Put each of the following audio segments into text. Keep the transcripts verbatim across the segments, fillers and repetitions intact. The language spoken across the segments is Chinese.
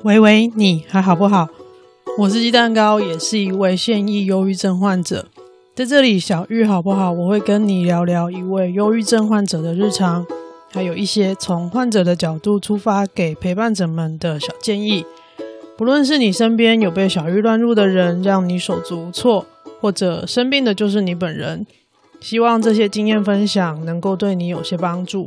喂喂，你还好不好？我是鸡蛋糕，也是一位现役忧郁症患者。在这里，小玉好不好？我会跟你聊聊一位忧郁症患者的日常，还有一些从患者的角度出发给陪伴者们的小建议。不论是你身边有被小玉乱入的人，让你手足无措，或者生病的就是你本人，希望这些经验分享能够对你有些帮助。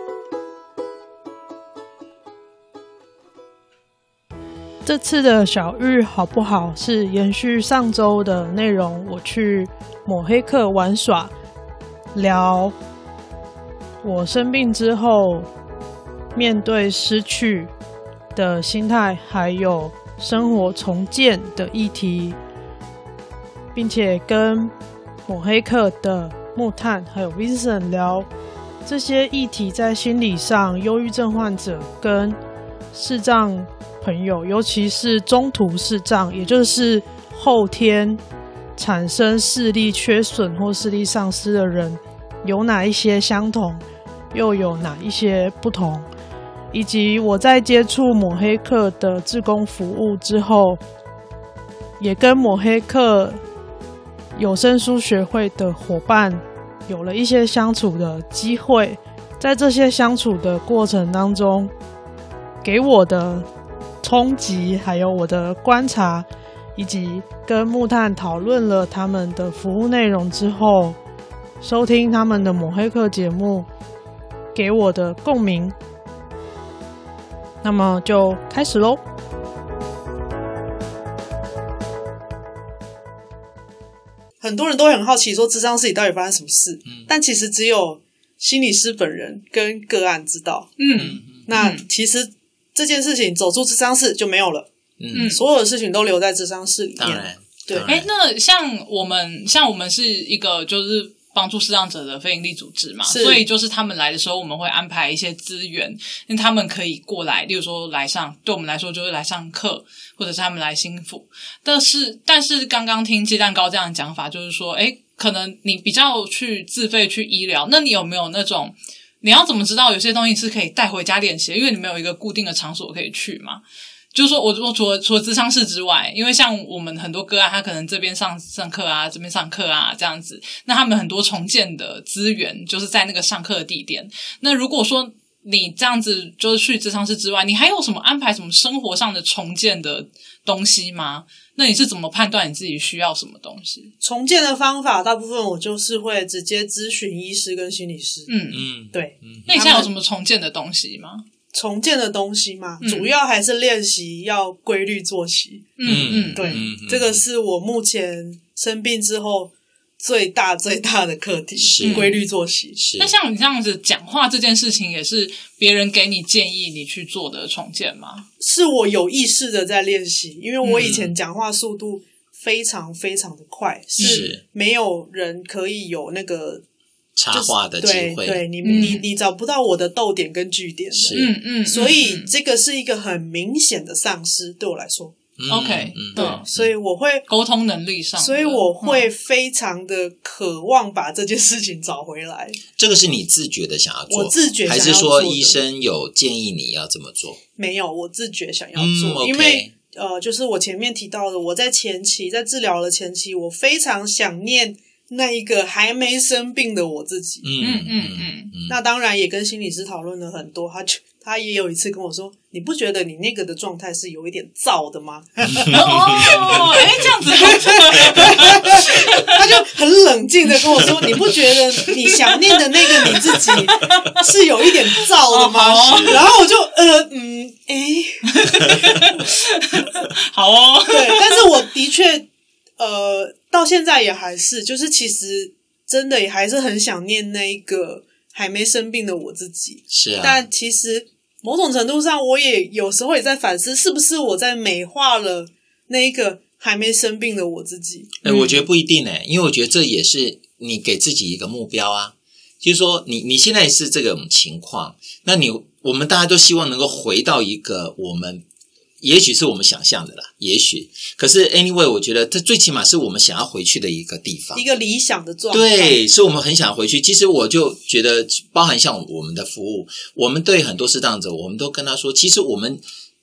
这次的小玉好不好是延续上周的内容，我去抹黑客玩耍，聊我生病之后面对失去的心态，还有生活重建的议题，并且跟抹黑客的木炭还有 Vincent 聊这些议题在心理上忧郁症患者跟视障朋友，尤其是中途视障，也就是后天产生视力缺损或视力丧失的人，有哪一些相同，又有哪一些不同，以及我在接触抹黑客的志工服务之后，也跟抹黑客有声书学会的伙伴有了一些相处的机会。在这些相处的过程当中，给我的冲击，还有我的观察，以及跟木炭讨论了他们的服务内容之后，收听他们的抹黑客节目给我的共鸣。那么就开始咯。 很多人都会很好奇说諮商室里到底发生什么事、嗯、但其实只有心理师本人跟个案知道。嗯，那其实这件事情走出諮商室就没有了，嗯，所有的事情都留在諮商室里面。当然， 对。哎，那像我们，像我们是一个就是帮助视障者的非营利组织嘛，所以就是他们来的时候，我们会安排一些资源，让他们可以过来，例如说来上，对我们来说就是来上课，或者是他们来心辅。但是，但是刚刚听鸡蛋糕这样的讲法，就是说，哎，可能你比较去自费去医疗，那你有没有那种？你要怎么知道有些东西是可以带回家练习？因为你没有一个固定的场所可以去嘛。就是说我我除了除了諮商室之外，因为像我们很多个案，他可能这边上上课啊，这边上课啊这样子，那他们很多重建的资源就是在那个上课的地点。那如果说你这样子就是去諮商室之外，你还有什么安排什么生活上的重建的东西吗？那你是怎么判断你自己需要什么东西？ 重建的方法大部分我就是会直接咨询医师跟心理师。嗯嗯，对。 嗯，那你现在有什么重建的东西吗？ 重建的东西嘛、嗯、主要还是练习要规律作息。嗯嗯，对、嗯、这个是我目前生病之后最大最大的课题，是规律作息。是。 那像你这样子讲话这件事情，也是别人给你建议你去做的重建吗？ 是我有意识的在练习，因为我以前讲话速度非常非常的快，嗯、是没有人可以有那个插话的机会。 对对，你、嗯、你你找不到我的逗点跟句点的。是嗯嗯，所以这个是一个很明显的丧失，对我来说。 OK， 对、嗯，所以我会沟通能力上， 所以我会非常的渴望把这件事情找回来。 这个是你自觉的想要做， 我自觉想要做的， 还是说医生有建议你要这么做？ 没有，我自觉想要做，嗯、因为呃，就是我前面提到的，我在前期在治疗的前期，我非常想念那一个还没生病的我自己。嗯嗯嗯嗯。那当然也跟心理师讨论了很多，他就。他也有一次跟我说：“你不觉得你那个的状态是有一点燥的吗？”哦， 哎，这样子， 他就很冷静的跟我说：“你不觉得你想念的那个你自己是有一点燥的吗？”哦、然后我就呃嗯哎， 好哦， 对，但是我的确呃到现在也还是，就是其实真的也还是很想念那一个还没生病的我自己。是啊，但其实。某种程度上我也有时候也在反思，是不是我在美化了那一个还没生病的我自己。 欸、我觉得不一定欸，因为我觉得这也是你给自己一个目标啊，就是说你你现在是这种情况，那你我们大家都希望能够回到一个我们也许是我们想象的啦，也许，可是 anyway 我觉得这最起码是我们想要回去的一个地方， 一个理想的状态。 对，是我们很想回去。其实我就觉得包含像我们的服务，我们对很多视障者，我们都跟他说，其实我们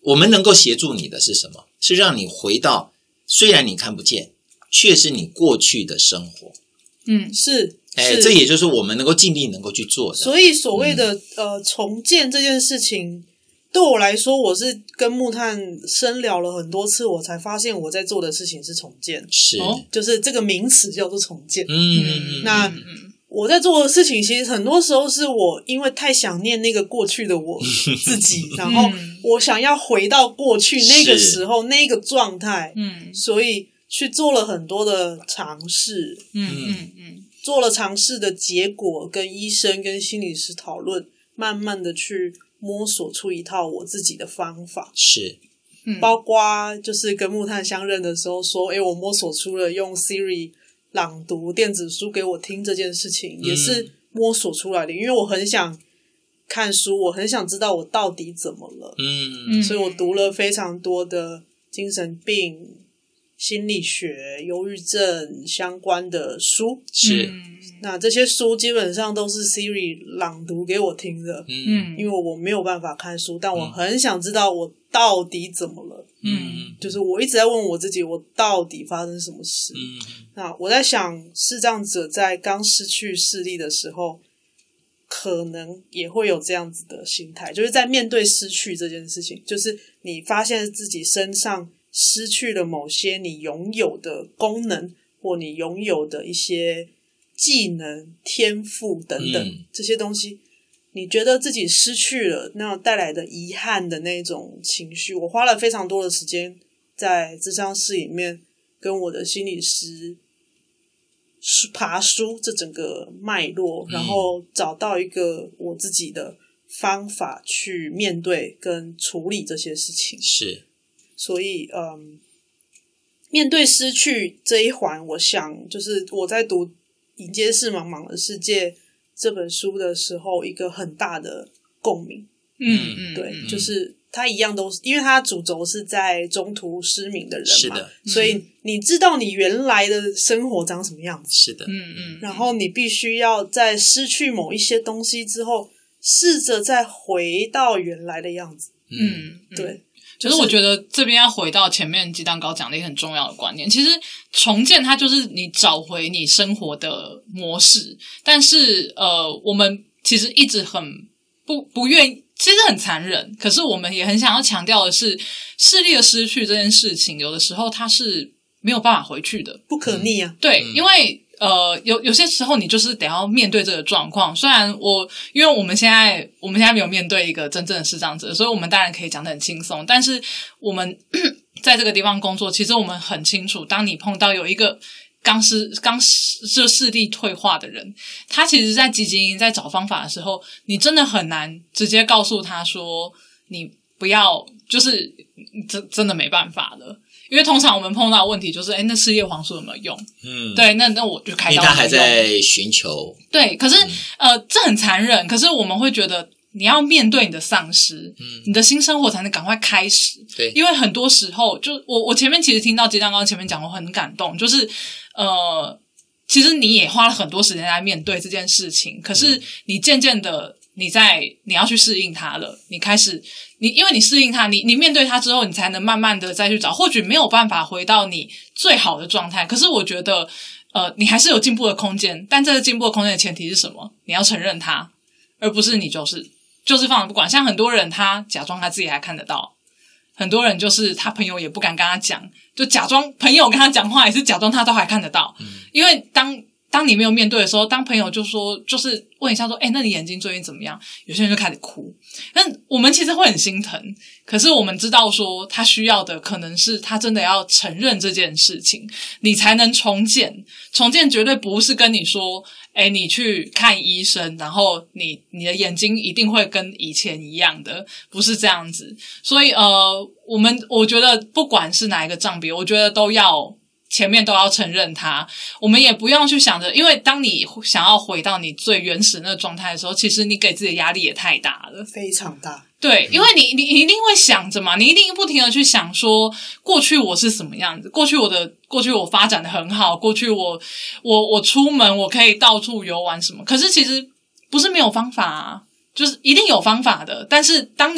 我们能够协助你的是什么？是让你回到虽然你看不见，却是你过去的生活。 嗯，是。 哎，这也就是我们能够尽力能够去做的。 所以所谓的、嗯、呃重建这件事情，对我来说，我是跟木炭深聊了很多次，我才发现我在做的事情是重建。 是、哦， 就是这个名词叫做重建。 嗯， 那我在做的事情，其实很多时候是我因为太想念那个过去的我自己，然后我想要回到过去那个时候那个状态。嗯，所以去做了很多的尝试。嗯嗯嗯。做了尝试的结果，跟医生跟心理师讨论，慢慢的去摸索出一套我自己的方法。 是， 嗯、包括就是跟木炭相认的时候说，诶，我摸索出了用 Siri 朗读电子书给我听这件事情，也是摸索出来的。因为我很想看书，我很想知道我到底怎么了。嗯，所以我读了非常多的精神病、心理学、忧郁症相关的书。 是、 嗯、那这些书基本上都是 Siri 朗读给我听的。嗯，因为我没有办法看书，但我很想知道我到底怎么了。嗯，就是我一直在问我自己，我到底发生什么事。嗯，那我在想视障者在刚失去视力的时候可能也会有这样子的心态，就是在面对失去这件事情，就是你发现自己身上失去了某些你拥有的功能，或你拥有的一些技能、天赋等等、嗯、这些东西，你觉得自己失去了，那带来的遗憾的那种情绪。我花了非常多的时间在諮商室里面跟我的心理师爬梳这整个脉络，然后找到一个我自己的方法去面对跟处理这些事情。 是， 所以嗯，面对失去这一环，我想就是我在读《迎接是茫茫的世界》这本书的时候一个很大的共鸣。嗯嗯，对，嗯、就是他一样都是，因为他主轴是在中途失明的人嘛， 是的， 所以你知道你原来的生活长什么样子。 是的， 嗯嗯，然后你必须要在失去某一些东西之后，试着再回到原来的样子。嗯，对。 其实我觉得这边要回到前面鸡蛋糕讲的一个很重要的观念，其实重建它就是你找回你生活的模式，但是呃，我们其实一直很不不愿意，其实很残忍，可是我们也很想要强调的是，视力的失去这件事情，有的时候它是没有办法回去的， 不可逆啊。 嗯、对，因为呃，有有些时候你就是得要面对这个状况。虽然我，因为我们现在我们现在没有面对一个真正的视障者，所以我们当然可以讲得很轻松。但是我们在这个地方工作，其实我们很清楚，当你碰到有一个刚失刚就视力退化的人，他其实在积极营在找方法的时候，你真的很难直接告诉他说，你不要，就是真真的没办法了。因为通常我们碰到的问题就是，哎，那四叶黄素有没有用？嗯，对，那那我就开刀。因为他还在寻求。 对，可是、嗯、呃，这很残忍。可是我们会觉得，你要面对你的丧失，嗯，你的新生活才能赶快开始。 对， 因为很多时候，就我我前面其实听到鸡蛋糕前面讲，我很感动，就是呃，其实你也花了很多时间来面对这件事情，可是你渐渐的。你在你要去适应它了，你开始你因为你适应它，你你面对它之后，你才能慢慢的再去找，或许没有办法回到你最好的状态，可是我觉得呃你还是有进步的空间，但这个进步的空间的前提是什么？你要承认它，而不是你就是就是放着不管。像很多人他假装他自己还看得到，很多人就是他朋友也不敢跟他讲，就假装朋友跟他讲话也是假装他都还看得到，嗯、因为当当你没有面对的时候，当朋友就说，就是问一下说，诶，那你眼睛最近怎么样？有些人就开始哭。但我们其实会很心疼，可是我们知道说，他需要的可能是他真的要承认这件事情，你才能重建。重建绝对不是跟你说，诶，你去看医生，然后你你的眼睛一定会跟以前一样的，不是这样子。所以呃，我们我觉得不管是哪一个障别，我觉得都要。前面都要承认它，我们也不用去想着，因为当你想要回到你最原始那个状态的时候，其实你给自己的压力也太大了， 非常大。 对，因为你你你一定会想着嘛，你一定不停的去想说，过去我是什么样子，过去我的过去我发展的很好，过去我我我出门我可以到处游玩什么，可是其实不是没有方法啊，就是一定有方法的，但是当你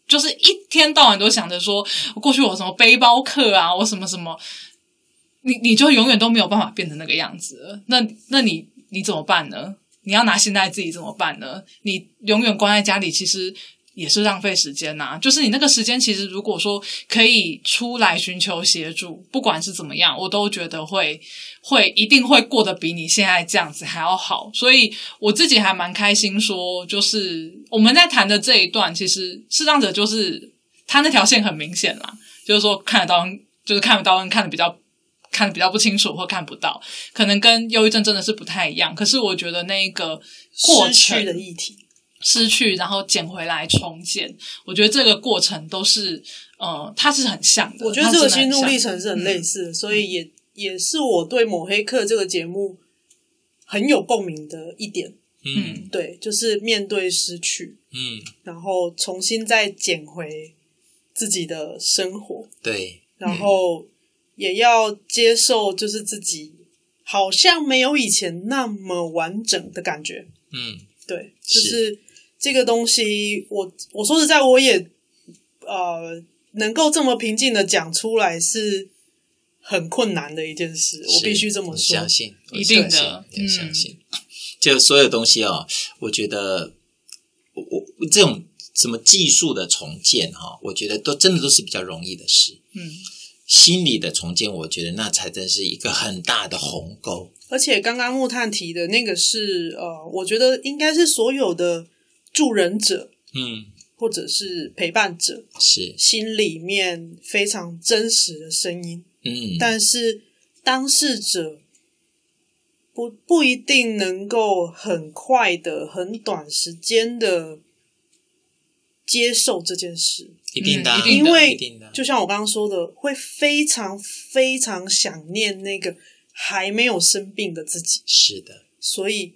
就是一天到晚都想着说过去我什么背包客啊，我什么什么，你你就永远都没有办法变成那个样子了。那那你你怎么办呢？你要拿现在自己怎么办呢？你永远关在家里，其实也是浪费时间呐、啊。就是你那个时间，其实如果说可以出来寻求协助，不管是怎么样，我都觉得会会一定会过得比你现在这样子还要好。所以我自己还蛮开心说，就是我们在谈的这一段，其实视障者就是他那条线很明显啦，就是说看得到，就是看得到跟看得比较。看得比较不清楚或看不到，可能跟忧郁症真的是不太一样。可是我觉得那一个过程失去的议题， 失去然后捡回来重建，我觉得这个过程都是呃，它是很像的。 我觉得这个心路历程是很类似的，嗯、所以也也是我对抹黑客这个节目很有共鸣的一点。嗯，对，就是面对失去，嗯，然后重新再捡回自己的生活， 对， 然后。嗯也要接受，就是自己好像没有以前那么完整的感觉。嗯，对，就是这个东西，我我说实在，我也呃能够这么平静的讲出来，是很困难的一件事。我必须这么说， 相信， 一定的， 嗯、相信。就所有东西哦，我觉得我我这种什么技术的重建哈、哦，我觉得都真的都是比较容易的事。嗯。心理的重建，我觉得那才真是一个很大的鸿沟。 而且刚刚木炭提的那个是呃，我觉得应该是所有的助人者，嗯，或者是陪伴者， 是心里面非常真实的声音，嗯，但是当事者不不一定能够很快的、很短时间的接受这件事。 一定的、 嗯，因为就像我刚刚说的，会非常非常想念那个还没有生病的自己。 是的， 所以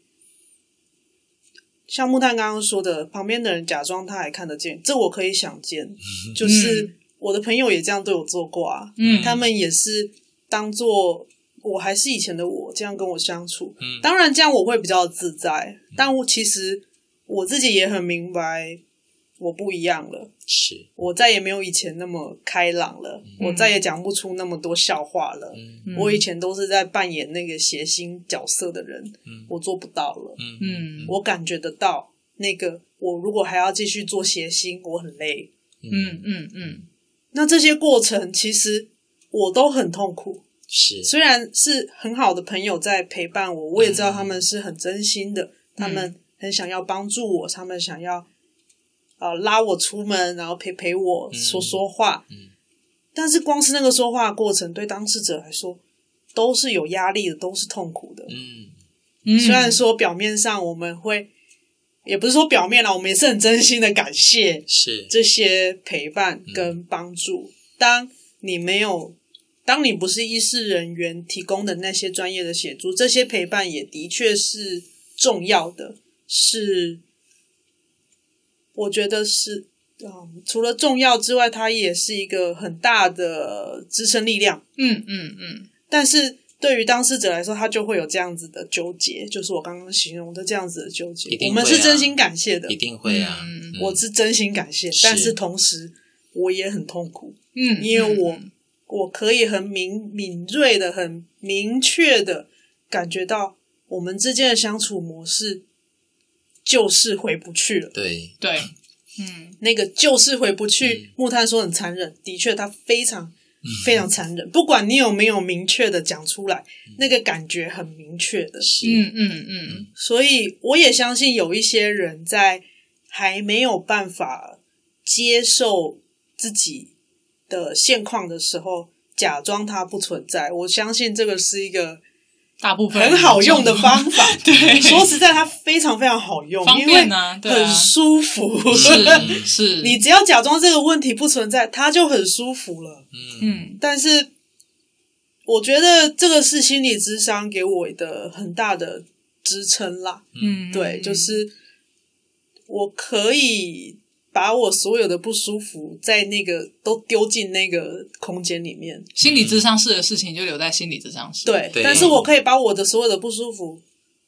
像木炭刚刚说的，旁边的人假装他还看得见，这我可以想见。嗯、就是我的朋友也这样对我做过啊，嗯，他们也是当做我还是以前的我这样跟我相处。嗯，当然这样我会比较自在，嗯、但我其实我自己也很明白。我不一样了， 是我再也没有以前那么开朗了，嗯、我再也讲不出那么多笑话了。嗯、我以前都是在扮演那个谐星角色的人，嗯、我做不到了。嗯、我感觉得到那个，我如果还要继续做谐星，我很累。嗯嗯嗯。那这些过程其实我都很痛苦， 是虽然是很好的朋友在陪伴我，我也知道他们是很真心的，嗯、他们很想要帮助我，他们想要。呃，拉我出门，然后陪陪我说说话。嗯嗯、但是光是那个说话的过程，对当事者来说都是有压力的，都是痛苦的。嗯，虽然说表面上我们会，也不是说表面啦，我们也是很真心的感谢是这些陪伴跟帮助。嗯、当你没有，当你不是医事人员提供的那些专业的协助，这些陪伴也的确是重要的，是。我觉得是，嗯，除了重要之外，它也是一个很大的支撑力量。嗯嗯嗯。但是对于当事者来说，他就会有这样子的纠结，就是我刚刚形容的这样子的纠结。 一定会啊、 我们是真心感谢的， 一定会啊。 嗯、我是真心感谢，但是同时我也很痛苦。嗯，因为我、嗯、我可以很敏敏锐的、很明确的感觉到我们之间的相处模式。就是回不去了， 对对，嗯， 那个就是回不去。嗯、木炭说很残忍，的确，他非常、嗯、非常残忍。不管你有没有明确的讲出来，嗯、那个感觉很明确的， 嗯嗯嗯。 所以我也相信有一些人在还没有办法接受自己的现况的时候，假装它不存在。我相信这个是一个。 大部分很好用的方法， 对， 说实在，它非常非常好用， 方便啊， 因为很舒服。 是是， 你只要假装这个问题不存在，它就很舒服了。嗯，但是我觉得这个是心理諮商给我的很大的支撑啦。嗯，对，就是我可以把我所有的不舒服在那个都丢进那个空间里面， 心理諮商室的事情就留在心理諮商室。 对，但是我可以把我的所有的不舒服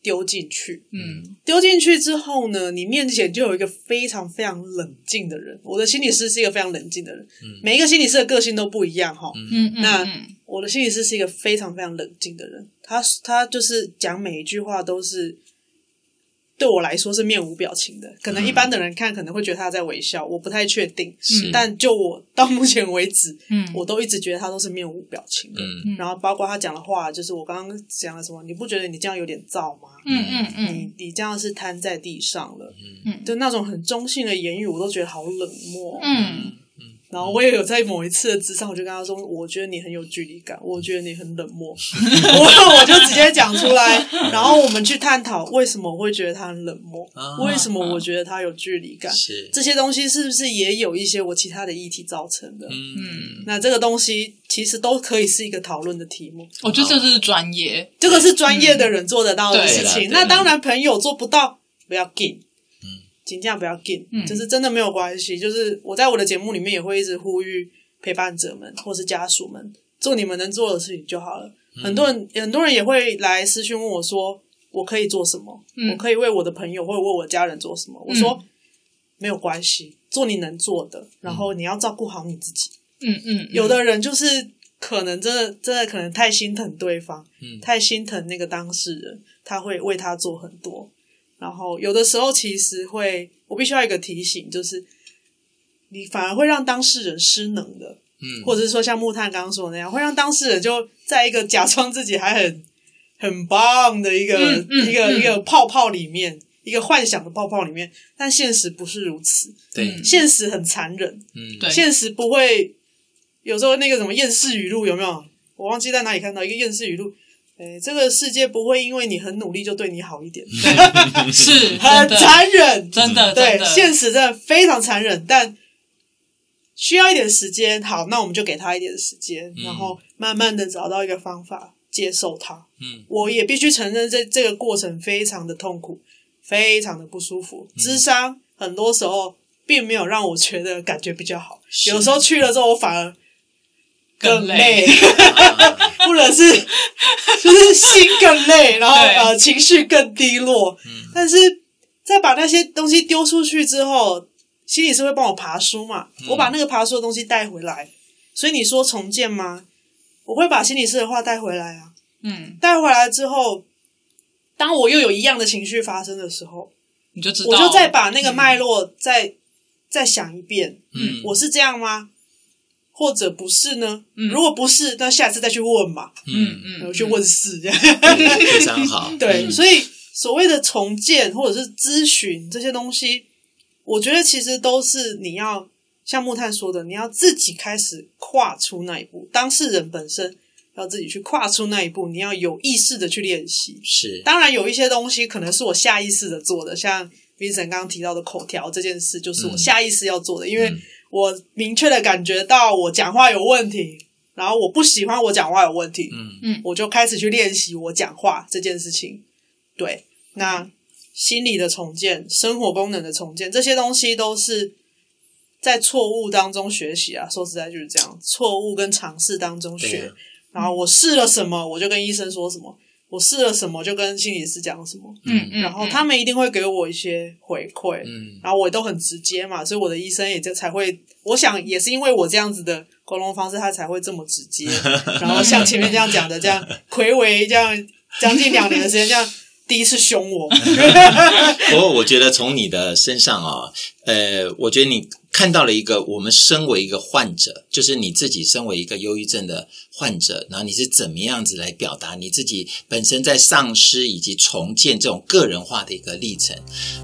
丢进去。 嗯， 丢进去之后呢，你面前就有一个非常非常冷静的人。我的心理师是一个非常冷静的人，嗯、每一个心理师的个性都不一样哈。 嗯嗯， 那我的心理师是一个非常非常冷静的人，他他就是讲每一句话都是对我来说是面无表情的。可能一般的人看可能会觉得他在微笑，我不太确定。 是但就我到目前为止， 嗯， 我都一直觉得他都是面无表情的。 嗯， 然后包括他讲的话，就是我刚刚讲的什么，你不觉得你这样有点燥吗？ 嗯嗯嗯， 你你这样是瘫在地上了， 嗯， 就那种很中性的言语，我都觉得好冷漠。 嗯。 然后我也有在某一次的职场，我就跟他说，我觉得你很有距离感，我觉得你很冷漠，我我就直接讲出来，然后我们去探讨为什么我会觉得他很冷漠，啊、为什么我觉得他有距离感， 是这些东西是不是也有一些我其他的议题造成的？ 嗯， 那这个东西其实都可以是一个讨论的题目。 我觉得这是专业， 这个是专业的人做得到的事情。 嗯、 那当然，朋友做不到，不要紧。尽量不要紧，嗯，就是真的没有关系。就是我在我的节目里面也会一直呼吁陪伴者们或是家属们做你们能做的事情就好了。嗯、很多人很多人也会来私讯问我说，我可以做什么？嗯、我可以为我的朋友或者为我的家人做什么？我说、嗯、没有关系，做你能做的，然后你要照顾好你自己。 嗯嗯， 有的人就是可能真的真的可能太心疼对方， 嗯， 太心疼那个当事人，他会为他做很多。然后有的时候其实会，我必须要一个提醒，就是你反而会让当事人失能的，嗯，或者是说像木炭刚刚说的那样，会让当事人就在一个假装自己还很很棒的一个、嗯嗯、一个、嗯、一个泡泡里面，一个幻想的泡泡里面，但现实不是如此， 对， 现实很残忍， 嗯， 对， 现实不会，有时候那个什么厌世语录有没有？我忘记在哪里看到一个厌世语录。诶，这个世界不会因为你很努力就对你好一点， 是很残忍， 真的， 对， 真的现实真的非常残忍，但需要一点时间。好，那我们就给他一点时间，嗯、然后慢慢的找到一个方法接受他。 嗯， 我也必须承认这，这这个过程非常的痛苦，非常的不舒服。諮商很多时候并没有让我觉得感觉比较好，有时候去了之后，我反而更累，或者是就是心更累，然后呃情绪更低落。嗯、但是在把那些东西丢出去之后，心理师会帮我爬梳嘛，嗯、我把那个爬梳的东西带回来。所以你说重建吗？我会把心理师的话带回来啊。嗯，带回来之后，当我又有一样的情绪发生的时候， 你就知道， 我就再把那个脉络再、嗯、再想一遍。 嗯， 我是这样吗？或者不是呢？嗯，如果不是，那下次再去问嘛。 嗯嗯， 我去问是这样， 非常好。 对， 嗯、 所以所谓的重建或者是咨询这些东西，我觉得其实都是你要像木炭说的，你要自己开始跨出那一步，当事人本身要自己去跨出那一步，你要有意识的去练习。 是， 当然有一些东西可能是我下意识的做的，像 Vincent 刚刚提到的口条这件事，就是我下意识要做的，嗯、因为我明确的感觉到我讲话有问题，然后我不喜欢我讲话有问题， 嗯嗯， 我就开始去练习我讲话这件事情。对，那心理的重建、生活功能的重建，这些东西都是在错误当中学习啊。说实在就是这样，错误跟尝试当中学。然后我试了什么，我就跟医生说什么；我试了什么，就跟心理师讲什么。 嗯嗯， 然后他们一定会给我一些回馈。 嗯， 然后我也都很直接嘛，所以我的医生也就才会，我想也是因为我这样子的沟通方式，他才会这么直接。然后像前面这样讲的，这样睽违这样将近两年的时间，这样第一次凶我。 不过我觉得从你的身上啊，呃，我觉得你看到了一个我们身为一个患者，就是你自己身为一个忧郁症的患者，然后你是怎么样子来表达你自己本身在丧失以及重建这种个人化的一个历程。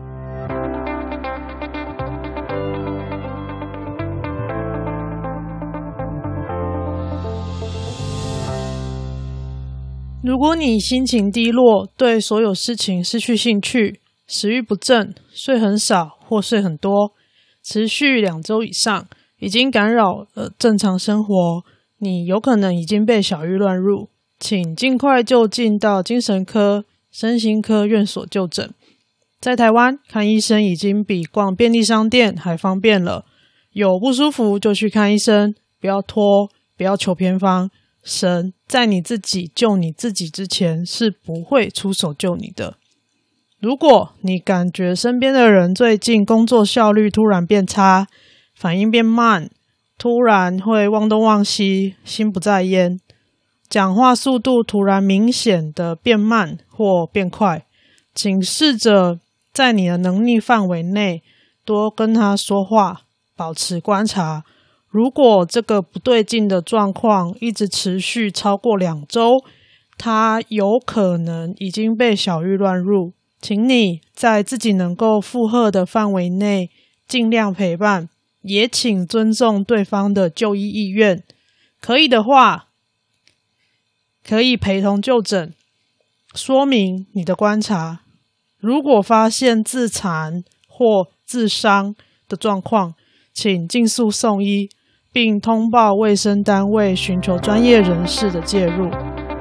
如果你心情低落，对所有事情失去兴趣，食欲不振，睡很少或睡很多，持续两周以上，已经干扰了正常生活，你有可能已经被小郁乱入，请尽快就近到精神科、身心科院所就诊。在台湾看医生已经比逛便利商店还方便了，有不舒服就去看医生，不要拖，不要求偏方。神在你自己救你自己之前是不会出手救你的。 如果你感觉身边的人最近工作效率突然变差，反应变慢，突然会忘东忘西，心不在焉，讲话速度突然明显的变慢或变快，请试着在你的能力范围内多跟他说话，保持观察。如果这个不对劲的状况一直持续超过两周，他有可能已经被小玉乱入，请你在自己能够负荷的范围内尽量陪伴，也请尊重对方的就医意愿。可以的话，可以陪同就诊，说明你的观察。如果发现自残或自伤的状况，请尽速送医，并通报卫生单位，寻求专业人士的介入。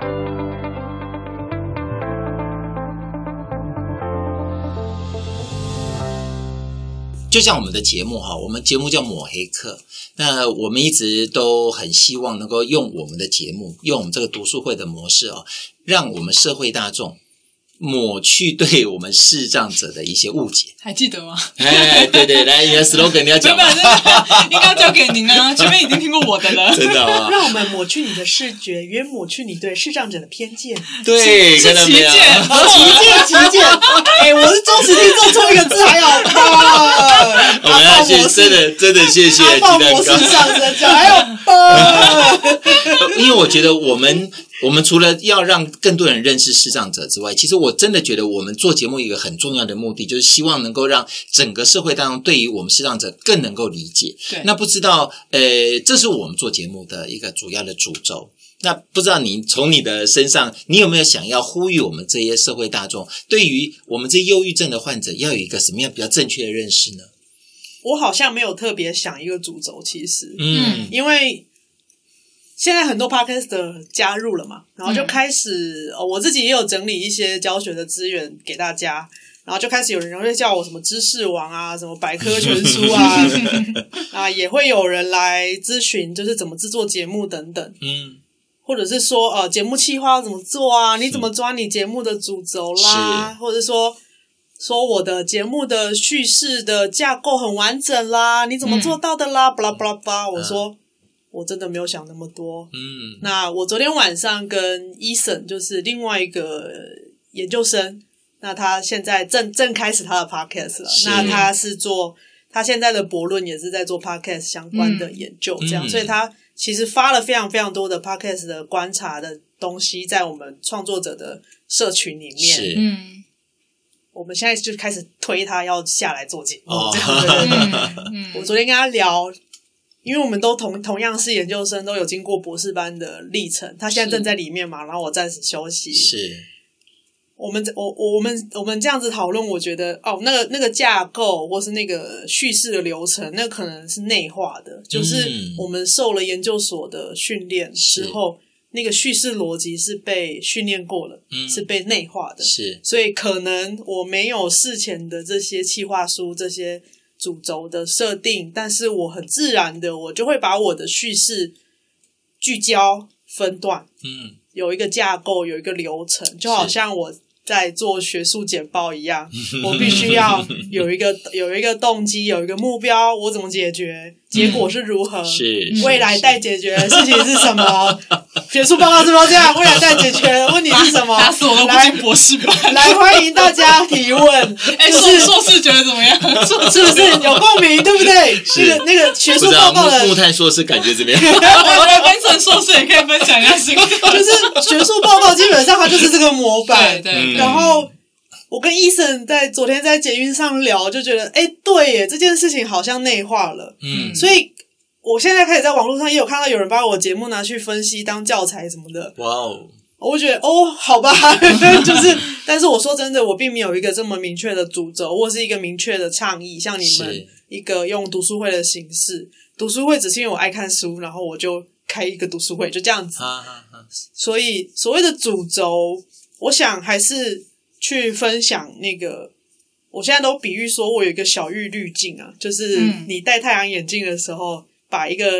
就像我们的节目哈，我们节目叫抹黑课，那我们一直都很希望能够用我们的节目，用我们这个读书会的模式哦，让我们社会大众抹去对我们视障者的一些误解。 还记得吗？ 哎，对对，来，你的 slogan 你要讲吗？ 应该要交给您啊，前面已经听过我的了。 真的啊、哦！ 让我们抹去你的视觉，也抹去你对视障者的偏见。 对， 是旗舰， 旗舰，旗舰。哎，我是忠实听众，错一个字还好吧？ 我们要谢，真的真的谢谢阿豹模式上升讲还有吧？ 因为我觉得我们。我们除了要让更多人认识视障者之外，其实我真的觉得我们做节目一个很重要的目的，就是希望能够让整个社会当中对于我们视障者更能够理解。 对， 那不知道，呃，这是我们做节目的一个主要的主轴。那不知道你从你的身上，你有没有想要呼吁我们这些社会大众，对于我们这些忧郁症的患者，要有一个什么样比较正确的认识呢？ 我好像没有特别想一个主轴，其实， 嗯， 因为现在很多 podcast 加入了嘛，然后就开始、嗯哦、我自己也有整理一些教学的资源给大家，然后就开始有人会叫我什么知识王啊，什么百科全书啊啊，也会有人来咨询就是怎么制作节目等等， 嗯， 或者是说呃节目企划要怎么做啊，你怎么抓你节目的主轴啦，或者是说说我的节目的叙事的架构很完整啦，你怎么做到的啦，巴拉巴拉巴拉，我说我真的没有想那么多。嗯，那我昨天晚上跟 Eason 就是另外一个研究生，那他现在正正开始他的 podcast 了。那他是做他现在的博论也是在做 podcast 相关的研究，这样、嗯，所以他其实发了非常非常多的 podcast 的观察的东西在我们创作者的社群里面。 是， 嗯， 我们现在就开始推他要下来做节目。 哦， 这样对对对。嗯，我昨天跟他聊。因为我们都同同样是研究生，都有经过博士班的历程。他现在正在里面嘛，然后我暂时休息。 是， 我们我我们我们这样子讨论，我觉得哦，那个那个架构或是那个叙事的流程，那可能是内化的，就是我们受了研究所的训练之后，那个叙事逻辑是被训练过了，嗯、是被内化的。 是， 所以可能我没有事前的这些企划书这些。主轴的设定，但是我很自然的，我就会把我的叙事聚焦分段，嗯，有一个架构，有一个流程，就好像我在做学术简报一样，我必须要有一个有一个动机，有一个目标，我怎么解决，结果是如何， 嗯、是未来待解决的事情是什么？学术报告是不是这样？未来待解决的问题是什么？ 打死我都不进博士班。 来，欢迎大家提问。 哎、 就是、 硕士觉得怎么样？ 是不是有共鸣？对不对？那个那个学术报告的木炭硕士感觉怎么样？ 我觉得分成硕士也可以分享一下心得。 就是学术报告基本上它就是这个模板。 对 对, 对。 然后我跟Eason在昨天在捷运上聊，就觉得哎，对耶，这件事情好像内化了。嗯。所以。我现在开始在网络上也有看到有人把我节目拿去分析当教材什么的。 哇哦！ 我觉得哦，好吧，就是，但是我说真的，我并没有一个这么明确的主轴，或是一个明确的倡议，像你们一个用读书会的形式。读书会只是因为我爱看书，然后我就开一个读书会，就这样子。 哈哈哈。 所以所谓的主轴，我想还是去分享那个。我现在都比喻说，我有一个小玉滤镜啊，就是你戴太阳眼镜的时候。把一个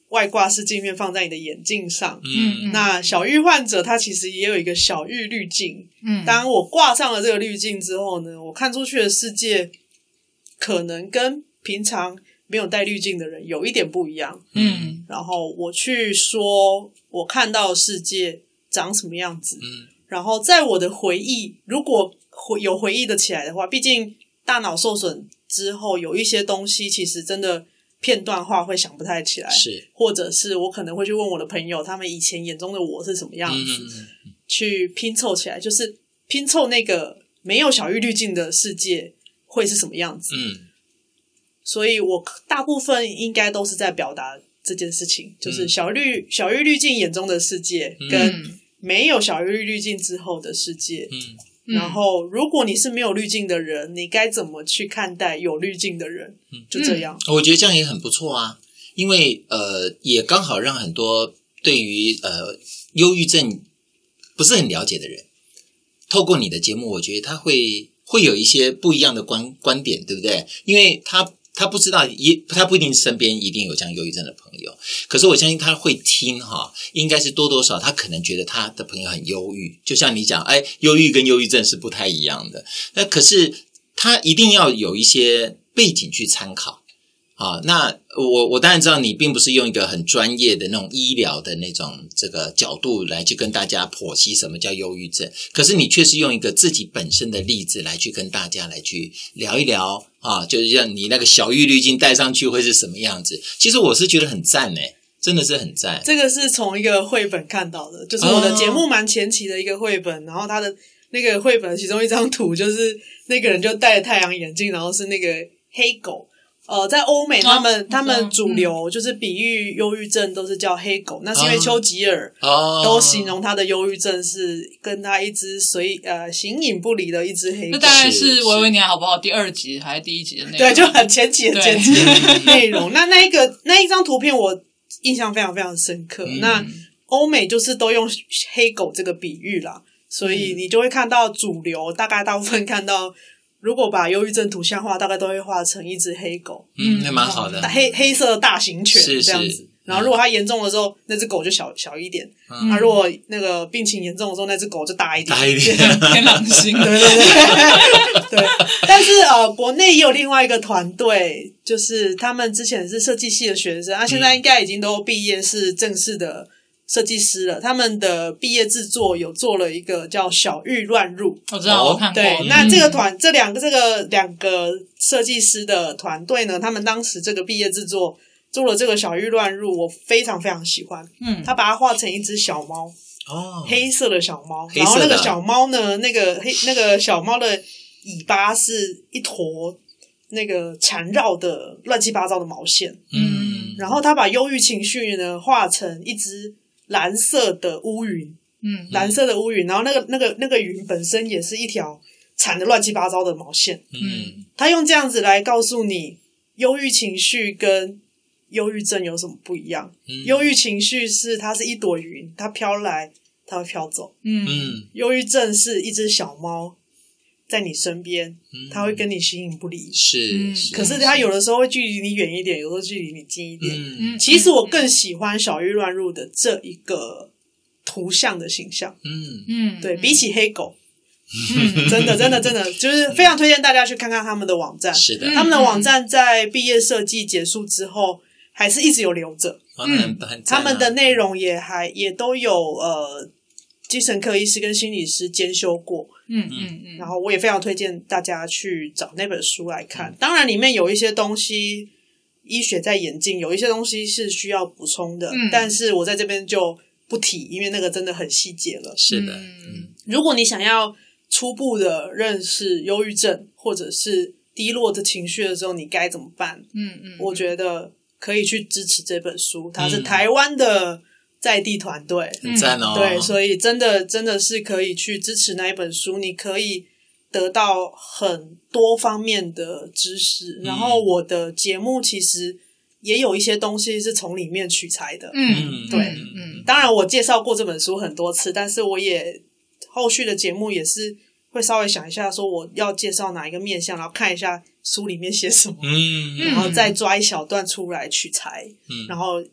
外挂式镜片放在你的眼镜上。嗯，那小郁患者他其实也有一个小郁滤镜。嗯，当我挂上了这个滤镜之后呢，我看出去的世界可能跟平常没有戴滤镜的人有一点不一样。嗯，然后我去说我看到的世界长什么样子。嗯，然后在我的回忆，如果有回忆的起来的话，毕竟大脑受损之后有一些东西其实真的片段化会想不太起来， 是， 或者是我可能会去问我的朋友他们以前眼中的我是什么样子。嗯，去拼凑起来，就是拼凑那个没有小郁滤镜的世界会是什么样子。嗯，所以我大部分应该都是在表达这件事情，就是小郁小郁滤镜眼中的世界跟没有小郁滤镜之后的世界。嗯，然后如果你是没有滤镜的人，你该怎么去看待有滤镜的人。嗯，就这样。 我觉得这样也很不错啊，因为呃也刚好让很多对于呃忧郁症不是很了解的人透过你的节目，我觉得他会会有一些不一样的观观点，对不对？因为他他不知道，也他不一定身边一定有这样忧郁症的朋友，可是我相信他会听哈，应该是多多少他可能觉得他的朋友很忧郁，就像你讲，哎，忧郁跟忧郁症是不太一样的，那可是他一定要有一些背景去参考。好，那我我当然知道你并不是用一个很专业的那种医疗的那种这个角度来去跟大家剖析什么叫忧郁症，可是你却是用一个自己本身的例子来去跟大家来去聊一聊啊，就是让你那个小郁滤镜戴上去会是什么样子。其实我是觉得很赞诶，真的是很赞。 这个是从一个绘本看到的，就是我的节目蛮前期的一个绘本，哦，然后它的那个绘本其中一张图就是那个人就戴太阳眼镜，然后是那个黑狗。呃，在欧美他们、哦、他们主流就是比喻忧郁症都是叫黑狗，嗯，那是因为丘吉尔都形容他的忧郁症是跟他一只随呃形影不离的一只黑狗。 那大概是维维你还好不好第二集还是第一集的内容？ 对，就很前期的前期的内容。那那一个那一张图片我印象非常非常深刻。嗯，那欧美就是都用黑狗这个比喻啦，所以你就会看到主流大概大部分看到。如果把忧郁症图像化，大概都会画成一只黑狗， 嗯，那蛮好的， 黑黑色的大型犬这样子。然后如果它严重的时候，那只狗就小小一点；嗯，啊，如果那个病情严重的时候，那只狗就大一点， 大一点， 天狼星， 对对对，对。但是呃，国内也有另外一个团队，就是他们之前是设计系的学生，啊，现在应该已经都毕业，是正式的设计师了。他们的毕业制作有做了一个叫小郁乱入， 我知道，我看过。 对，那这个团，这两个这个两个设计师的团队呢，他们当时这个毕业制作做了这个小郁乱入，我非常非常喜欢。嗯，他把它画成一只小猫，哦，黑色的小猫，然后那个小猫呢，那个黑那个小猫的尾巴是一坨那个缠绕的乱七八糟的毛线。嗯，然后他把忧郁情绪呢画成一只蓝色的乌云，嗯，蓝色的乌云，然后那个那个那个云本身也是一条缠的乱七八糟的毛线，嗯，他用这样子来告诉你，忧郁情绪跟忧郁症有什么不一样？嗯，忧郁情绪是它是一朵云，它飘来，它会飘走，嗯，忧郁症是一只小猫在你身边，它会跟你形影不离， 是，嗯， 可是它有的时候会距离你远一点，有时候距离你近一点。嗯，其实我更喜欢小郁乱入的这一个图像的形象。嗯嗯，对，比起黑狗，嗯，真的真的真的，就是非常推荐大家去看看他们的网站。 是的， 他们的网站在毕业设计结束之后，还是一直有留着。 嗯， 他们的内容也还也都有呃。精神科医师跟心理师兼修过，嗯嗯嗯，然后我也非常推荐大家去找那本书来看。当然，里面有一些东西，医学在演进，有一些东西是需要补充的，嗯，但是我在这边就不提，因为那个真的很细节了。 是的，嗯， 如果你想要初步的认识忧郁症或者是低落的情绪的时候，你该怎么办？嗯嗯，我觉得可以去支持这本书，它是台湾的在地团队， 很赞哦。 对，所以真的真的是可以去支持那一本书，你可以得到很多方面的知识。嗯，然后我的节目其实也有一些东西是从里面取材的。嗯，对，嗯，当然我介绍过这本书很多次，但是我也后续的节目也是会稍微想一下，说我要介绍哪一个面向，然后看一下书里面写什么，嗯，然后再抓一小段出来取材，嗯，然后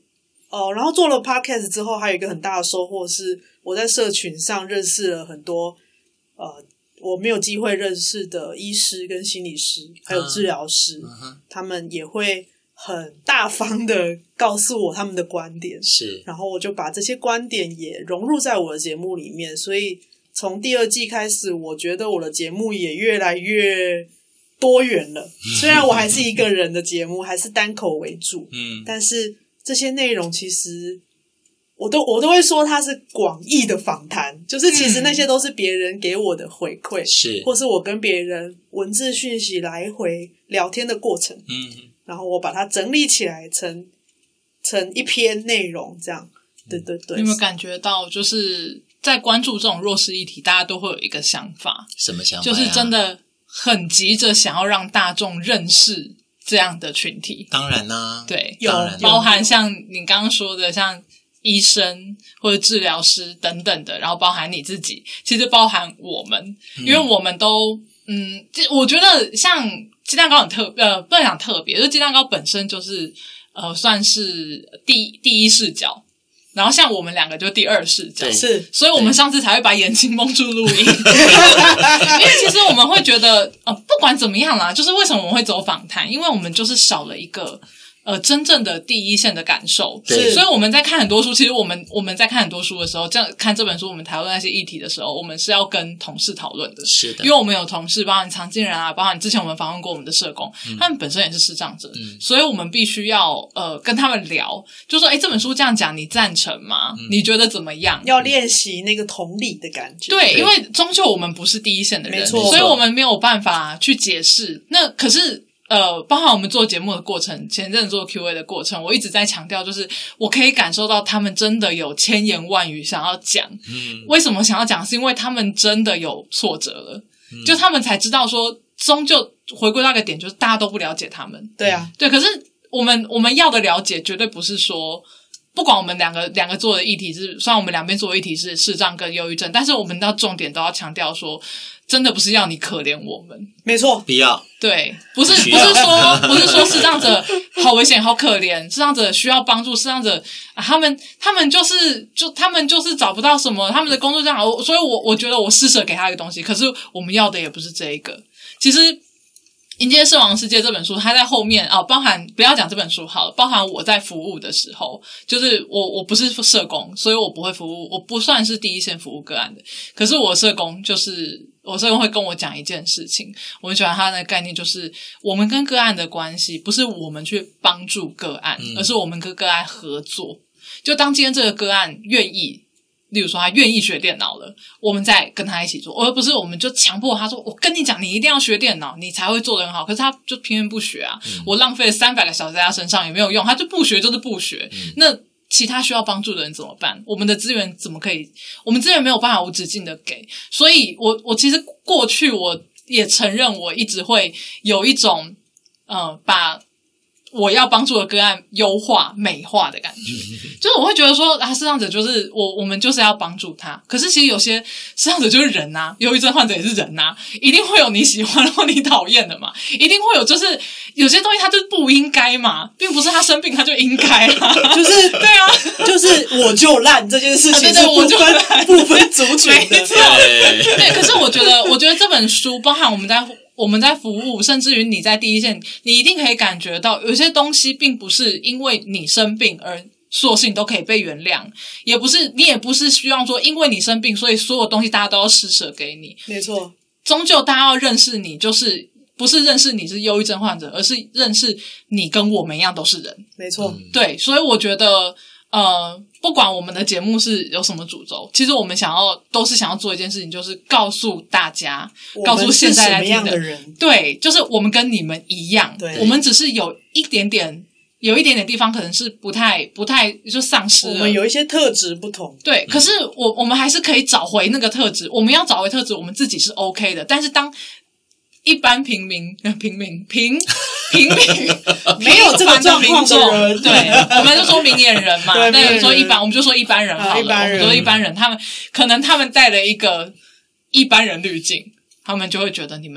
哦，然后做了 podcast 之后，还有一个很大的收获是，我在社群上认识了很多呃我没有机会认识的医师跟心理师，还有治疗师，嗯、他们也会很大方的告诉我他们的观点， 是， 然后我就把这些观点也融入在我的节目里面，所以从第二季开始，我觉得我的节目也越来越多元了。虽然我还是一个人的节目，还是单口为主，嗯，但是这些内容其实我都我都会说它是广义的访谈，就是其实那些都是别人给我的回馈， 是、嗯， 或是我跟别人文字讯息来回聊天的过程，嗯，然后我把它整理起来成成一篇内容，这样，对对对。 你有没有感觉到，就是在关注这种弱势议题，大家都会有一个想法， 什么想法、啊？ 就是真的很急着想要让大众认识这样的群体。 当然啦、啊， 对， 有包含像你刚刚说的，像医生或者治疗师等等的，然后包含你自己，其实包含我们，因为我们都嗯，我觉得像鸡蛋糕很特呃，不能讲特别，就是鸡蛋糕本身就是呃，算是第第一视角。然后像我们两个就第二视角， 是， 所以我们上次才会把眼睛蒙住录音，因为其实我们会觉得，呃，不管怎么样啦，就是为什么我们会走访谈，因为我们就是少了一个呃真正的第一线的感受， 是， 所以我们在看很多书，其实我们我们在看很多书的时候，这样看这本书，我们讨论那些议题的时候，我们是要跟同事讨论的， 是的， 因为我们有同事，包含常进人啊，包含之前我们访问过我们的社工，嗯、他们本身也是视障者，嗯、所以我们必须要呃跟他们聊，就说，哎，这本书这样讲，你赞成吗？嗯、你觉得怎么样？ 要练习那个同理的感觉， 对，因为终究我们不是第一线的人， 没错， 所以我们没有办法去解释。那可是。呃，包含我们做节目的过程，前阵子做 Q A 的过程，我一直在强调，就是我可以感受到他们真的有千言万语想要讲。嗯，为什么想要讲？是因为他们真的有挫折了，嗯、就他们才知道说，终究回归到一个点，就是大家都不了解他们。 对啊， 对。可是我们我们要的了解，绝对不是说。不管我们两个两个做的议题是，虽然我们两边做的议题是视障跟忧郁症，但是我们到重点都要强调说，真的不是要你可怜我们， 没错， 不要， 对，不是不是说不是说视障者好危险好可怜，视障者需要帮助，视障者、啊、他们他们就是就他们就是找不到什么，他们的工作这样，所以我我觉得我施舍给他一个东西，可是我们要的也不是这一个，其实。迎接社王世界这本书，它在后面啊、哦，包含不要讲这本书好了，包含我在服务的时候，就是我我不是社工，所以我不会服务，我不算是第一线服务个案的。可是我社工就是我社工会跟我讲一件事情，我很喜欢他的概念，就是我们跟个案的关系不是我们去帮助个案，嗯、而是我们跟个案合作。就当今天这个个案愿意。例如说他愿意学电脑了，我们再跟他一起做，而不是我们就强迫他说我跟你讲你一定要学电脑你才会做得很好，可是他就偏偏不学啊、嗯、我浪费了三百个小时在他身上也没有用，他就不学就是不学、嗯、那其他需要帮助的人怎么办？我们的资源怎么可以我们资源没有办法无止境的给，所以我我其实过去我也承认我一直会有一种呃把我要帮助的个案优化美化的感觉，就是我会觉得说啊，视障者就是我我们就是要帮助他，可是其实有些视障者就是人啊，忧郁症患者也是人啊，一定会有你喜欢或你讨厌的嘛，一定会有就是有些东西他就是不应该嘛，并不是他生病他就应该啊， 就是对啊， 就是我就烂这件事情是不分、啊、不分族群的， 没错，对，可是我觉得我觉得这本书包含我们在我们在服务，甚至于你在第一线，你一定可以感觉到有些东西并不是因为你生病而所有事情都可以被原谅，也不是你也不是希望说因为你生病所以所有东西大家都要施舍给你， 没错， 终究大家要认识你，就是不是认识你是忧郁症患者，而是认识你跟我们一样都是人， 没错、嗯、 对，所以我觉得呃，不管我们的节目是有什么主轴，其实我们想要都是想要做一件事情，就是告诉大家，告诉现在在听的人， 对，就是我们跟你们一样， 对， 我们只是有一点点，有一点点地方可能是不太不太就丧失了， 我们有一些特质不同， 对，可是我我们还是可以找回那个特质，我们要找回特质，我们自己是 OK 的，但是当一般平民平民平平民没有这个状况的人， 对，我们就说明眼人嘛，对，说一般，我们就说一般人好了， 啊、一般人我们说一般人，他们可能他们带了一个一般人滤镜，他们就会觉得你们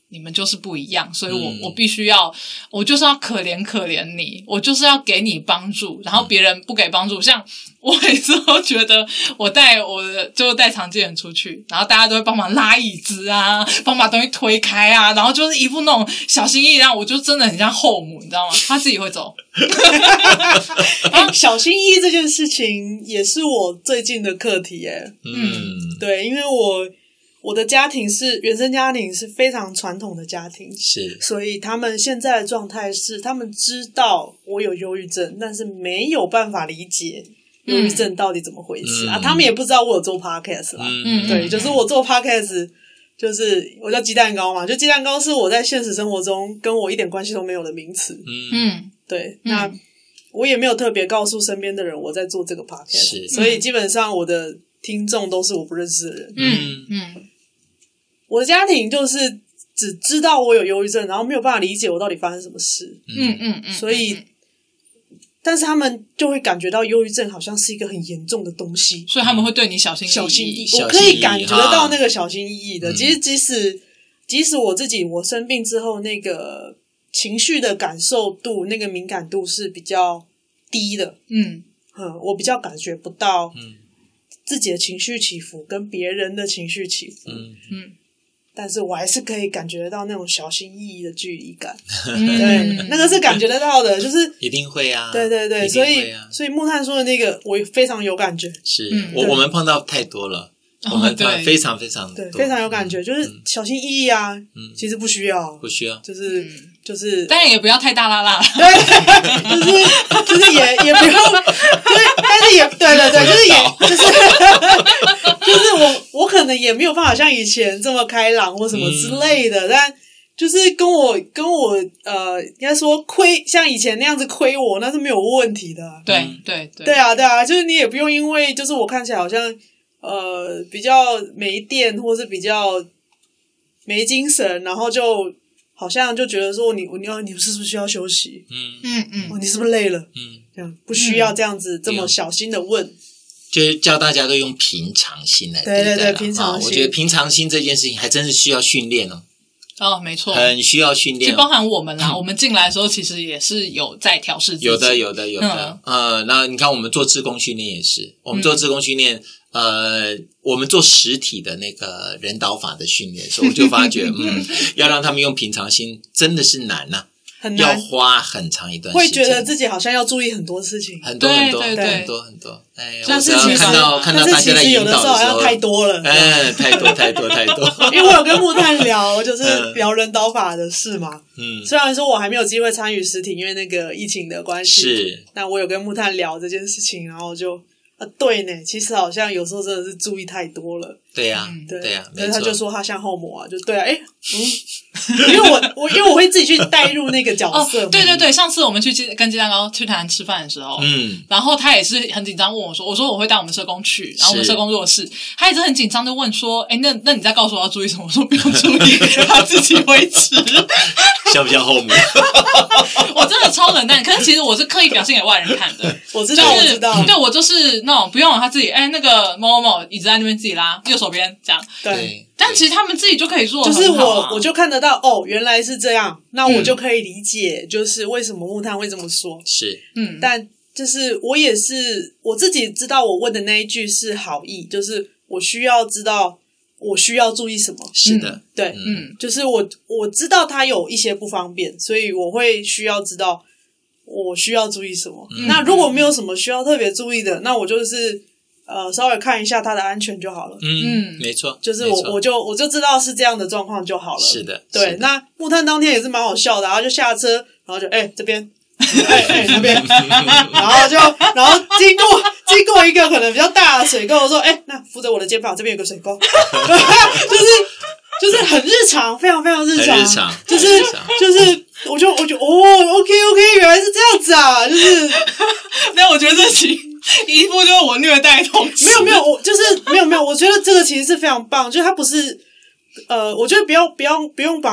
你们就是不一样，所以我、嗯、我必须要，我就是要可怜可怜你，我就是要给你帮助，然后别人不给帮助，像我每次都觉得我带我的就带常见人出去，然后大家都会帮忙拉椅子啊，帮忙把东西推开啊，然后就是一副那种小心翼翼，然后我就真的很像后母，你知道吗？他自己会走。 欸、小心翼翼这件事情也是我最近的课题耶。 嗯， 对，因为我我的家庭是原生家庭是非常传统的家庭， 是， 所以他们现在的状态是他们知道我有忧郁症，但是没有办法理解忧郁症到底怎么回事、嗯、啊，他们也不知道我有做 podcast 啦。嗯，对，就是我做 podcast 就是我叫鸡蛋糕嘛，就鸡蛋糕是我在现实生活中跟我一点关系都没有的名词。 嗯， 对，那、嗯、我也没有特别告诉身边的人我在做这个 podcast， 是， 所以基本上我的听众都是我不认识的人。 嗯嗯， 我的家庭就是只知道我有忧郁症，然后没有办法理解我到底发生什么事。 嗯嗯嗯， 所以但是他们就会感觉到忧郁症好像是一个很严重的东西， 所以他们会对你小心翼翼。 小心翼翼，我可以感觉得到那个小心翼翼的。其实即使即使我自己我生病之后，那个情绪的感受度、那个敏感度是比较低的。 嗯嗯，我比较感觉不到自己的情绪起伏跟别人的情绪起伏。 嗯嗯。 但是我还是可以感觉得到那种小心翼翼的距离感。 嗯、 对，那个是感觉得到的，就是一定会啊。 对对对， 啊、 所以所以木炭说的那个我非常有感觉。 是、嗯、我我们碰到太多了，我们非常非常对非常有感觉，就是小心翼翼啊。嗯，其实不需要， 不需要， 就是就是， 当然也不要太大啦啦。 对，就是就是也也不用，就是但是也对对对，就是也就是就是我我可能也没有办法像以前这么开朗或什么之类的，嗯、但就是跟我跟我呃，应该说亏像以前那样子亏我，那是没有问题的。 对对对， 对啊对啊，就是你也不用因为就是我看起来好像呃比较没电或是比较没精神，然后就好像就觉得说你你要你是不是需要休息？ 嗯嗯嗯， 哦，你是不是累了？ 嗯， 这样不需要这样子、嗯、这么小心的问。 就是叫大家都用平常心来对待。 对对对，平常心、 哦。我觉得平常心这件事情还真是需要训练哦。 哦，没错， 很需要训练、哦， 就包含我们啦。嗯、我们进来的时候，其实也是有在调试自己。 有的，有的，有的。嗯、呃，那你看，我们做志工训练也是，我们做志工训练，嗯、呃，我们做实体的那个人导法的训练的时候，我就发觉，嗯，要让他们用平常心，真的是难呐、啊。 很难， 要花很长一段时间， 会觉得自己好像要注意很多事情， 很多很多对对对很多很多。哎， 但是我只要看到看到大家在引导的时候， 有的时候好像太多了， 哎，太多太多太多。 因为我有跟木炭聊，就是聊人导法的事嘛。 嗯， 虽然说我还没有机会参与实体，因为那个疫情的关系， 是。 但我有跟木炭聊这件事情，然后就啊，对呢，其实好像有时候真的是注意太多了。 对呀、啊， 对对呀、啊， 所以他就说他像后母啊，就对啊，哎，嗯，因为我我因为我会自己去带入那个角色、 哦。对对对，上次我们去跟鸡蛋糕去台南吃饭的时候， 嗯， 然后他也是很紧张问我说，我说我会带我们社工去，然后我们社工弱势，他一直很紧张的问说，哎，那那你再告诉我要注意什么？我说不用注意，他自己会吃。 像不像后母？ 我真的超冷淡，可是其实我是刻意表现给外人看的。 我知道， 就是、 我知道， 对我就是那种不用他自己，哎，那个某某某椅子在那边自己拉，右手边这样。 对， 但其实他们自己就可以做、啊， 就是我我就看得到哦，原来是这样，那我就可以理解，就是为什么木炭会这么说。 是， 嗯， 但就是我也是我自己知道，我问的那一句是好意，就是我需要知道我需要注意什么。 是的， 嗯、对， 嗯， 就是我我知道他有一些不方便，所以我会需要知道我需要注意什么。 嗯、 那如果没有什么需要特别注意的，那我就是呃稍微看一下他的安全就好了。 嗯，没错， 就是我我就我就知道是这样的状况就好了。 是的， 对。 是的那木炭当天也是蛮好笑的，然后就下车，然后就哎、欸、这边。哎哎那边，然后就然后经过经过一个可能比较大的水沟，我说哎、欸，那扶着我的肩膀，这边有个水沟，就是就是很日常，非常非常日常， 很日常， 就是就是我就我就哦 ，OK OK， 原来是这样子啊，就是那我觉得这期一副就是我虐待同志， 没有没有，我就是没有没有，我觉得这个其实是非常棒，就是它不是呃，我觉得不要不要不用绑。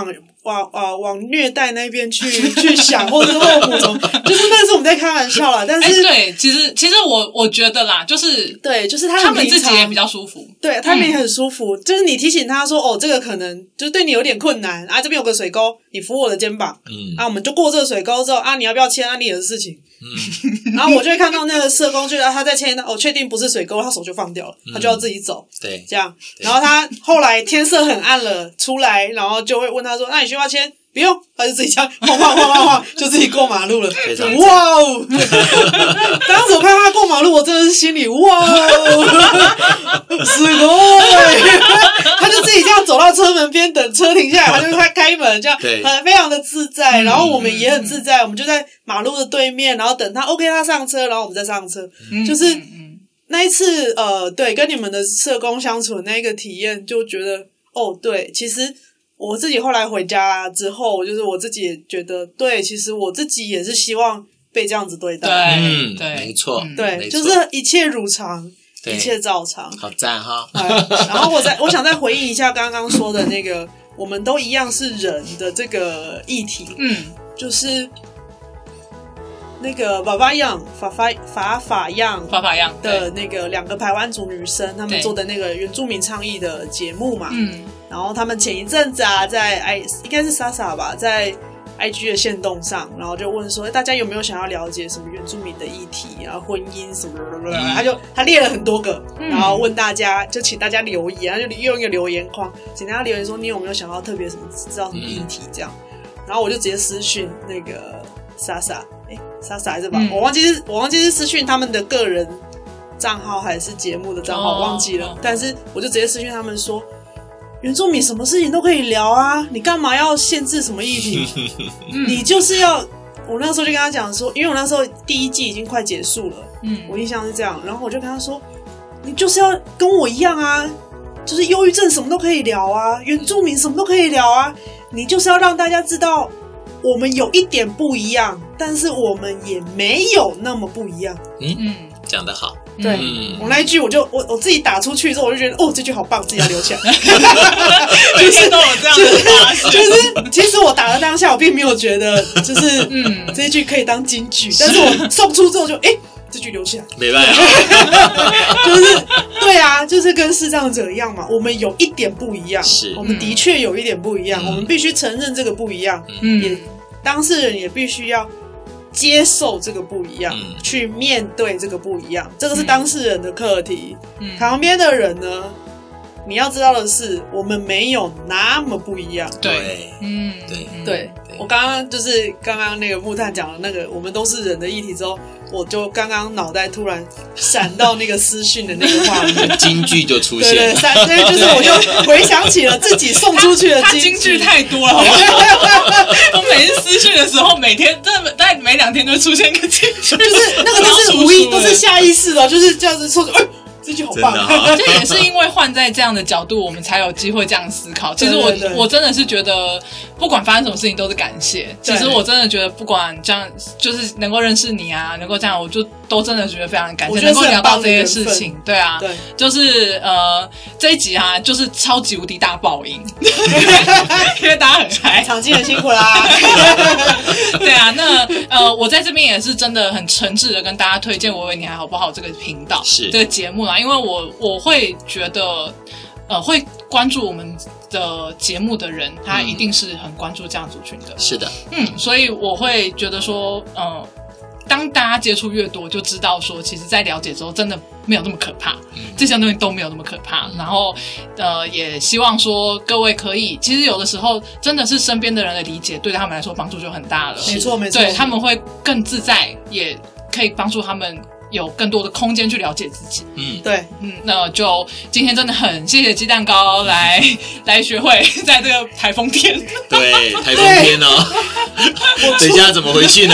往呃往虐待那边去去想，或者是后母从，就是那是我们在开玩笑啦。但是、 欸、对，其实其实我我觉得啦，就是对，就是他他们自己也比较舒服， 对他们也很舒服。嗯、就是你提醒他说，哦，这个可能就对你有点困难啊，这边有个水沟，你扶我的肩膀，嗯，啊，我们就过这个水沟之后啊，你要不要牵啊，你的事情，嗯，然后我就会看到那个社工就啊，他在牵，我、哦、确定不是水沟，他手就放掉了，他就要自己走，嗯、 对， 这样，然后他后来天色很暗了出来，然后就会问他说，那你需要牵？不用，他就自己这样晃晃晃晃晃，就自己过马路了。哇哦！当时我看他过马路，我真的是心里哇哦，すごい！他就自己这样走到车门边，等车停下来，他就开开门，这样很非常的自在。然后我们也很自在，我们就在马路的对面，然后等他 OK， 他上车，然后我们再上车。就是那一次，呃，对，跟你们的社工相处的那一个体验，就觉得哦，对，其实。我自己后来回家之后，就是我自己也觉得，对，其实我自己也是希望被这样子对待。 对， 嗯， 对， 没错， 对，就是一切如常，一切照常。 好赞哈！ 然后我再，我想再回应一下刚刚说的那个，我们都一样是人的这个议题。嗯，就是那个法法样法法法法样法法样的那个两个排湾族女生，他们做的那个原住民倡议的节目嘛。嗯。然后他们前一阵子啊，在 I 应该是 Sasa 吧，在 I G 的限动上，然后就问说，大家有没有想要了解什么原住民的议题啊，婚姻什么的，他就他列了很多个，然后问大家，就请大家留言，就用一个留言框，请大家留言说你有没有想要特别什么知道什么议题这样，然后我就直接私讯那个 Sasa， 哎 ，Sasa 还是吧，嗯、我忘记是我忘记是私讯他们的个人账号还是节目的账号，哦、忘记了，哦、但是我就直接私讯他们说。原住民什么事情都可以聊啊，你干嘛要限制什么议题？你就是要，我那时候就跟他讲说，因为我那时候第一季已经快结束了，嗯，我印象是这样，然后我就跟他说，你就是要跟我一样啊，就是忧郁症什么都可以聊啊，原住民什么都可以聊啊，你就是要让大家知道我们有一点不一样，但是我们也没有那么不一样。 嗯嗯，讲得好。 对、嗯、我那一句我就我我自己打出去之后我就觉得哦这句好棒，自己要留起来。 每天都有这样的发现， 就是、就是、其实我打的当下我并没有觉得就是嗯这一句可以当金句，但是我送出之后就哎、欸、这句留起来， 没办法。 就是对啊，就是跟视障者一样嘛，我们有一点不一样， 是我们的确有一点不一样、嗯、我们必须承认这个不一样，嗯，也当事人也必须要接受这个不一样、嗯、去面对这个不一样，这个是当事人的课题、嗯、旁边的人呢你要知道的是我们没有那么不一样。 对，嗯，对对，我刚刚就是刚刚那个木炭讲的那个我们都是人的议题之后，我就刚刚脑袋突然闪到那个私讯的那个画面， 金句就出现了。 对对，就是我就回想起了自己送出去的金句，他金句太多了，好不好？我每次私讯的时候，每天真的大概每两天都会出现一个金句， 就是那个都是无意，都是下意识的，就是这样子说。哎，这句好棒！ 这也是因为换在这样的角度，我们才有机会这样思考。其实我对对对我真的是觉得，不管发生什么事情都是感谢。其实我真的觉得，不管这样，就是能够认识你啊，能够这样，我就都真的觉得非常感谢，能够聊到这些事情。对啊，对，就是呃这一集啊，就是超级无敌大爆音，因为大家很嗨， 场记很辛苦啦。 对啊，那呃我在这边也是真的很诚挚的跟大家推荐《我以为你还好不好》这个频道， 是这个节目啦。因为我我会觉得，呃，会关注我们的节目的人，他一定是很关注这样族群的。 是的， 嗯，所以我会觉得说，呃，当大家接触越多，就知道说，其实在了解之后，真的没有那么可怕，嗯、这些东西都没有那么可怕。然后，呃，也希望说各位可以，其实有的时候真的是身边的人的理解，对他们来说帮助就很大了。 没错，没错， 对他们会更自在，也可以帮助他们。有更多的空间去了解自己。 嗯，对， 嗯，那就今天真的很谢谢鸡蛋糕来来学会在这个台风天。 对，台风天哦，等一下怎么回去呢？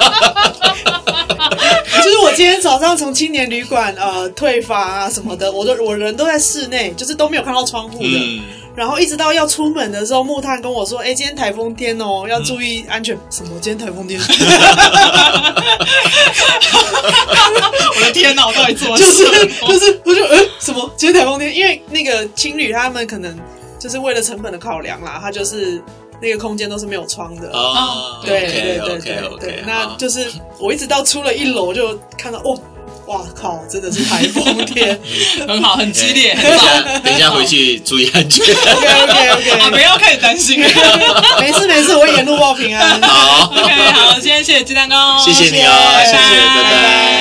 就是我今天早上从青年旅馆呃退房啊什么的，我都我人都在室内，就是都没有看到窗户的。嗯，然后一直到要出门的时候，木炭跟我说：“哎，今天台风天哦，要注意安全。嗯”什么？今天台风天？ 我的天哪！我到底做了什么？就是就是，我就呃什么？今天台风天？因为那个青旅他们可能就是为了成本的考量啦，他就是那个空间都是没有窗的。 哦， 对对对对对，那就是我一直到出了一楼就看到哦。哇靠！真的是台风天， 很好，很激烈， 很燥。等一下回去注意安全。 OK OK OK， 啊，不要开始担心了。 没事没事，我沿路报平安。 好 ，OK， 好，今天谢谢鸡蛋糕， 谢谢你哦，谢谢，拜拜。